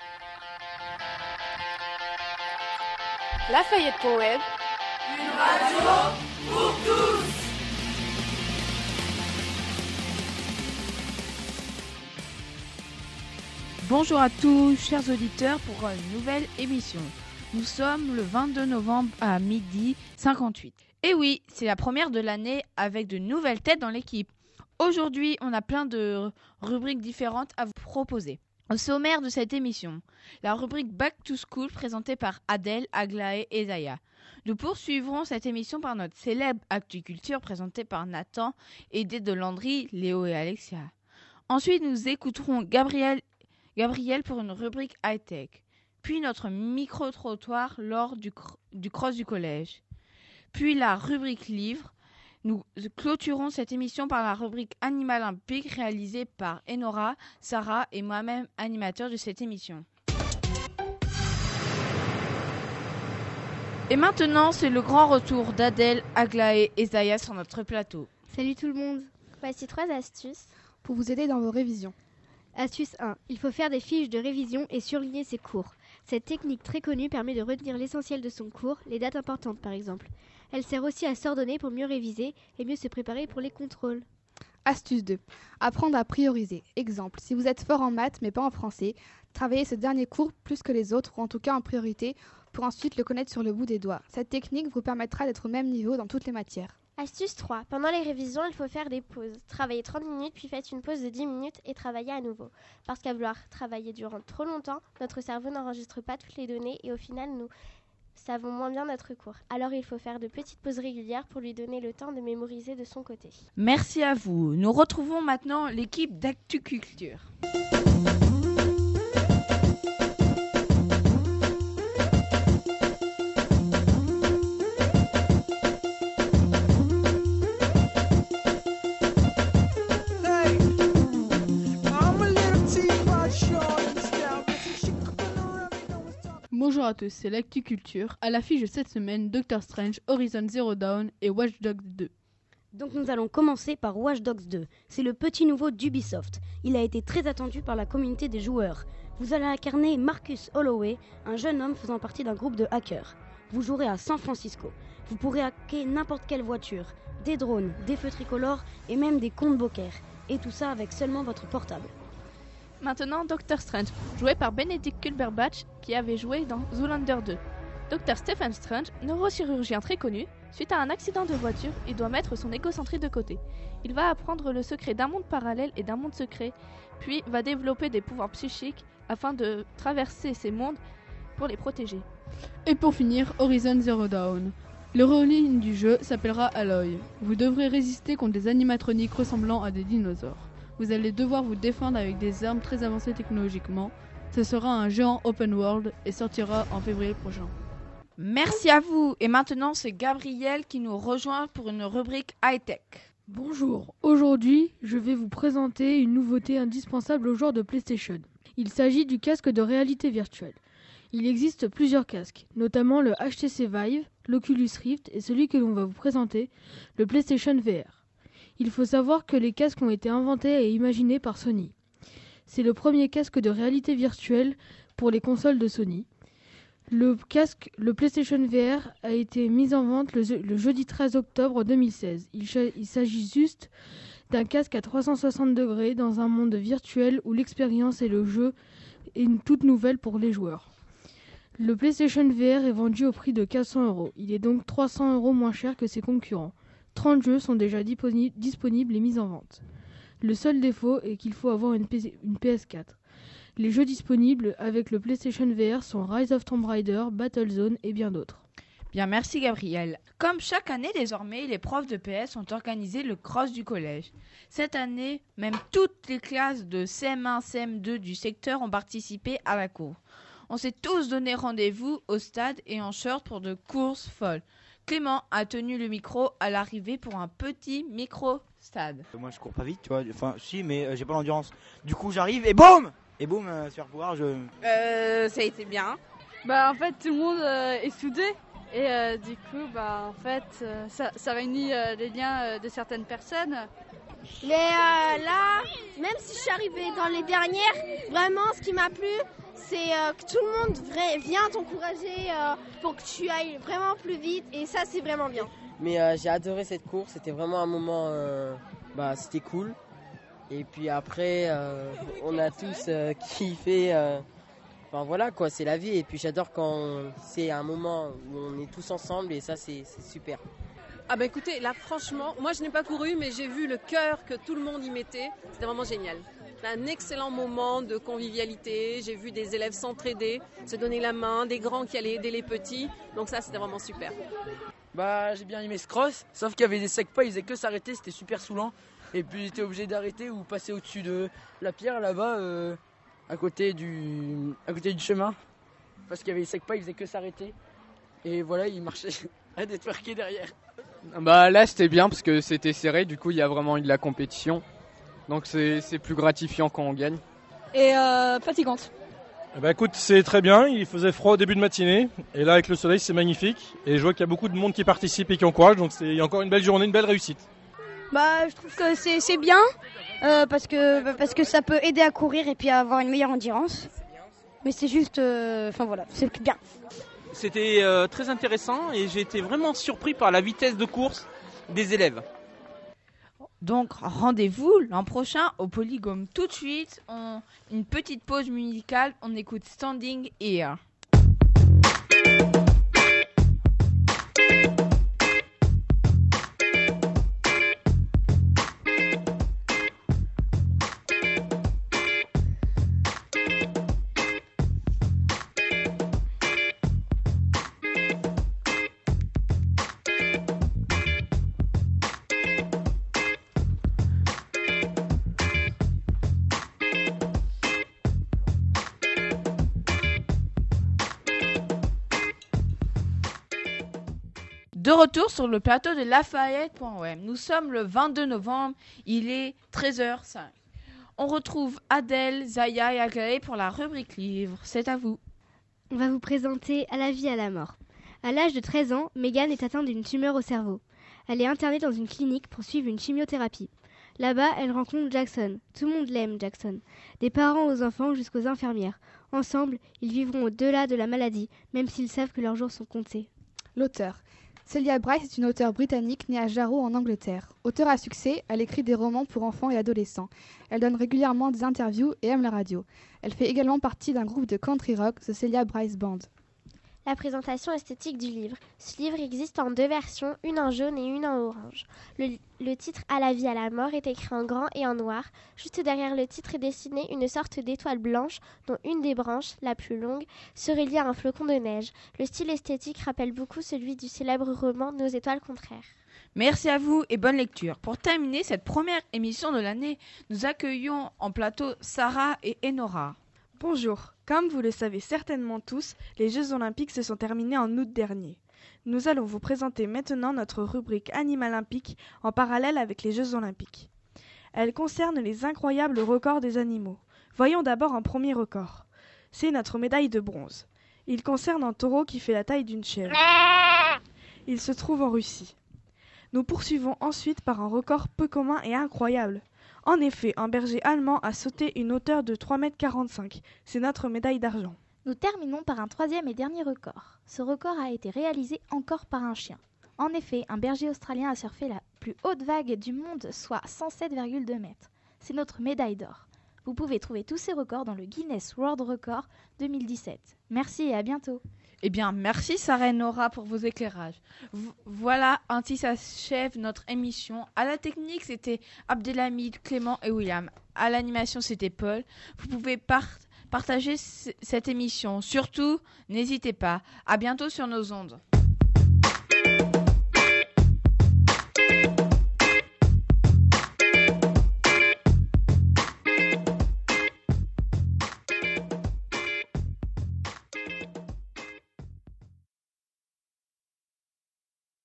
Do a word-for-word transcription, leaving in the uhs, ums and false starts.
Lafayette.web. Une radio pour tous. Bonjour à tous, chers auditeurs, pour une nouvelle émission. Nous sommes le vingt-deux novembre à midi cinquante-huit. Et oui, c'est la première de l'année avec de nouvelles têtes dans l'équipe. Aujourd'hui, on a plein de rubriques différentes à vous proposer. Au sommaire de cette émission, la rubrique Back to School présentée par Adèle, Aglaé et Zaya. Nous poursuivrons cette émission par notre célèbre Actu Culture présentée par Nathan, aidé de Landry, Léo et Alexia. Ensuite, nous écouterons Gabriel, Gabriel pour une rubrique high-tech. Puis notre micro-trottoir lors du, cr- du cross du collège. Puis la rubrique livre. Nous clôturons cette émission par la rubrique Animal Olympique réalisée par Enora, Sarah et moi-même, animateur de cette émission. Et maintenant, c'est le grand retour d'Adèle, Aglaé et Zaya sur notre plateau. Salut tout le monde. Voici trois astuces pour vous aider dans vos révisions. Astuce un. Il faut faire des fiches de révision et surligner ses cours. Cette technique très connue permet de retenir l'essentiel de son cours, les dates importantes par exemple. Elle sert aussi à s'ordonner pour mieux réviser et mieux se préparer pour les contrôles. Astuce deux. Apprendre à prioriser. Exemple, si vous êtes fort en maths mais pas en français, travaillez ce dernier cours plus que les autres ou en tout cas en priorité pour ensuite le connaître sur le bout des doigts. Cette technique vous permettra d'être au même niveau dans toutes les matières. Astuce trois. Pendant les révisions, il faut faire des pauses. Travaillez trente minutes puis faites une pause de dix minutes et travaillez à nouveau. Parce qu'à vouloir travailler durant trop longtemps, notre cerveau n'enregistre pas toutes les données et au final nous savons moins bien notre cours. Alors il faut faire de petites pauses régulières pour lui donner le temps de mémoriser de son côté. Merci à vous. Nous retrouvons maintenant l'équipe d'Actu Culture. Bonjour à tous, c'est l'Actu Culture. À l'affiche de cette semaine, Doctor Strange, Horizon Zero Dawn et Watch Dogs deux. Donc nous allons commencer par Watch Dogs deux. C'est le petit nouveau d'Ubisoft. Il a été très attendu par la communauté des joueurs. Vous allez incarner Marcus Holloway, un jeune homme faisant partie d'un groupe de hackers. Vous jouerez à San Francisco. Vous pourrez hacker n'importe quelle voiture, des drones, des feux tricolores et même des comptes bancaires. Et tout ça avec seulement votre portable. Maintenant, Doctor Strange, joué par Benedict Cumberbatch, qui avait joué dans Zoolander deux. Docteur Stephen Strange, neurochirurgien très connu, suite à un accident de voiture, il doit mettre son égocentrie de côté. Il va apprendre le secret d'un monde parallèle et d'un monde secret, puis va développer des pouvoirs psychiques afin de traverser ces mondes pour les protéger. Et pour finir, Horizon Zero Dawn. L'héroïne du jeu s'appellera Aloy. Vous devrez résister contre des animatroniques ressemblant à des dinosaures. Vous allez devoir vous défendre avec des armes très avancées technologiquement. Ce sera un géant open world et sortira en février prochain. Merci à vous. Et maintenant, c'est Gabriel qui nous rejoint pour une rubrique high-tech. Bonjour. Aujourd'hui, je vais vous présenter une nouveauté indispensable aux joueurs de PlayStation. Il s'agit du casque de réalité virtuelle. Il existe plusieurs casques, notamment le H T C Vive, l'Oculus Rift et celui que l'on va vous présenter, le PlayStation V R. Il faut savoir que les casques ont été inventés et imaginés par Sony. C'est le premier casque de réalité virtuelle pour les consoles de Sony. Le casque, le PlayStation V R, a été mis en vente le, le jeudi treize octobre deux mille seize. Il, il s'agit juste d'un casque à trois cent soixante degrés dans un monde virtuel où l'expérience et le jeu est une toute nouvelle pour les joueurs. Le PlayStation V R est vendu au prix de quatre cents euros. Il est donc trois cents euros moins cher que ses concurrents. trente jeux sont déjà disponibles et mis en vente. Le seul défaut est qu'il faut avoir une, P- une P S quatre. Les jeux disponibles avec le PlayStation V R sont Rise of Tomb Raider, Battlezone et bien d'autres. Bien, merci Gabriel. Comme chaque année désormais, les profs de P S ont organisé le cross du collège. Cette année, même toutes les classes de C M un, C M deux du secteur ont participé à la course. On s'est tous donné rendez-vous au stade et en short pour de courses folles. Clément a tenu le micro à l'arrivée pour un petit micro-stade. Moi je cours pas vite, tu vois, enfin si, mais euh, j'ai pas l'endurance. Du coup j'arrive et boum Et boum, euh, super pouvoir, je... Euh, ça a été bien. Bah en fait tout le monde euh, est soudé et euh, du coup bah en fait euh, ça, ça réunit euh, les liens euh, de certaines personnes. Mais euh, là, même si je suis arrivée dans les dernières, vraiment ce qui m'a plu, c'est euh, que tout le monde vra- vient t'encourager euh, pour que tu ailles vraiment plus vite et ça c'est vraiment bien. Mais euh, j'ai adoré cette course, c'était vraiment un moment, euh, bah, c'était cool. Et puis après, euh, on a tous euh, kiffé, euh, enfin voilà quoi, c'est la vie. Et puis j'adore quand on- c'est un moment où on est tous ensemble et ça c'est c'est super. Ah bah écoutez, là franchement, moi je n'ai pas couru mais j'ai vu le cœur que tout le monde y mettait, c'était vraiment génial. C'était un excellent moment de convivialité, j'ai vu des élèves s'entraider, se donner la main, des grands qui allaient aider les petits, donc ça c'était vraiment super. Bah j'ai bien aimé ce cross, sauf qu'il y avait des secs pas, ils faisaient que s'arrêter, c'était super saoulant. Et puis j'étais obligé d'arrêter ou passer au-dessus de la pierre là-bas, euh, à côté du, à côté du chemin, parce qu'il y avait des secs pas, ils faisaient que s'arrêter. Et voilà, ils marchaient à networker derrière. Bah là c'était bien parce que c'était serré, du coup il y a vraiment eu de la compétition. Donc c'est c'est plus gratifiant quand on gagne. Et euh, fatigante. Eh ben écoute, c'est très bien, il faisait froid au début de matinée, et là avec le soleil c'est magnifique, et je vois qu'il y a beaucoup de monde qui participe et qui encourage, donc c'est encore une belle journée, une belle réussite. Bah, je trouve que c'est c'est bien euh, parce que parce que ça peut aider à courir et puis à avoir une meilleure endurance. Mais c'est juste, euh, enfin voilà, c'est bien. C'était euh, très intéressant et j'ai été vraiment surpris par la vitesse de course des élèves. Donc rendez-vous l'an prochain au Polygone. Tout de suite, on... une petite pause musicale, on écoute Standing Here. De retour sur le plateau de Lafayette point web. Nous sommes le vingt-deux novembre, il est treize heures cinq. On retrouve Adèle, Zaya et Aglaé pour la rubrique livre. C'est à vous. On va vous présenter À la vie, à la mort. À l'âge de treize ans, Megan est atteinte d'une tumeur au cerveau. Elle est internée dans une clinique pour suivre une chimiothérapie. Là-bas, elle rencontre Jackson. Tout le monde l'aime, Jackson. Des parents aux enfants jusqu'aux infirmières. Ensemble, ils vivront au-delà de la maladie, même s'ils savent que leurs jours sont comptés. L'auteur. Celia Bryce est une auteure britannique née à Jarrow en Angleterre. Auteure à succès, elle écrit des romans pour enfants et adolescents. Elle donne régulièrement des interviews et aime la radio. Elle fait également partie d'un groupe de country rock, The Celia Bryce Band. La présentation esthétique du livre. Ce livre existe en deux versions, une en jaune et une en orange. Le, le titre « À la vie, à la mort » est écrit en grand et en noir. Juste derrière le titre est dessinée une sorte d'étoile blanche dont une des branches, la plus longue, se relie à un flocon de neige. Le style esthétique rappelle beaucoup celui du célèbre roman Nos étoiles contraires. Merci à vous et bonne lecture. Pour terminer cette première émission de l'année, nous accueillons en plateau Sarah et Enora. Bonjour. Comme vous le savez certainement tous, les Jeux Olympiques se sont terminés en août dernier. Nous allons vous présenter maintenant notre rubrique Animalympique en parallèle avec les Jeux Olympiques. Elle concerne les incroyables records des animaux. Voyons d'abord un premier record. C'est notre médaille de bronze. Il concerne un taureau qui fait la taille d'une chèvre. Il se trouve en Russie. Nous poursuivons ensuite par un record peu commun et incroyable. En effet, un berger allemand a sauté une hauteur de trois mètres quarante-cinq. C'est notre médaille d'argent. Nous terminons par un troisième et dernier record. Ce record a été réalisé encore par un chien. En effet, un berger australien a surfé la plus haute vague du monde, soit cent sept virgule deux mètres. C'est notre médaille d'or. Vous pouvez trouver tous ces records dans le Guinness World Record deux mille dix-sept. Merci et à bientôt. Eh bien, merci Sarah et Nora pour vos éclairages. V- voilà, ainsi s'achève notre émission. À la technique, c'était Abdelhamid, Clément et William. À l'animation, c'était Paul. Vous pouvez par- partager c- cette émission. Surtout, n'hésitez pas. À bientôt sur nos ondes.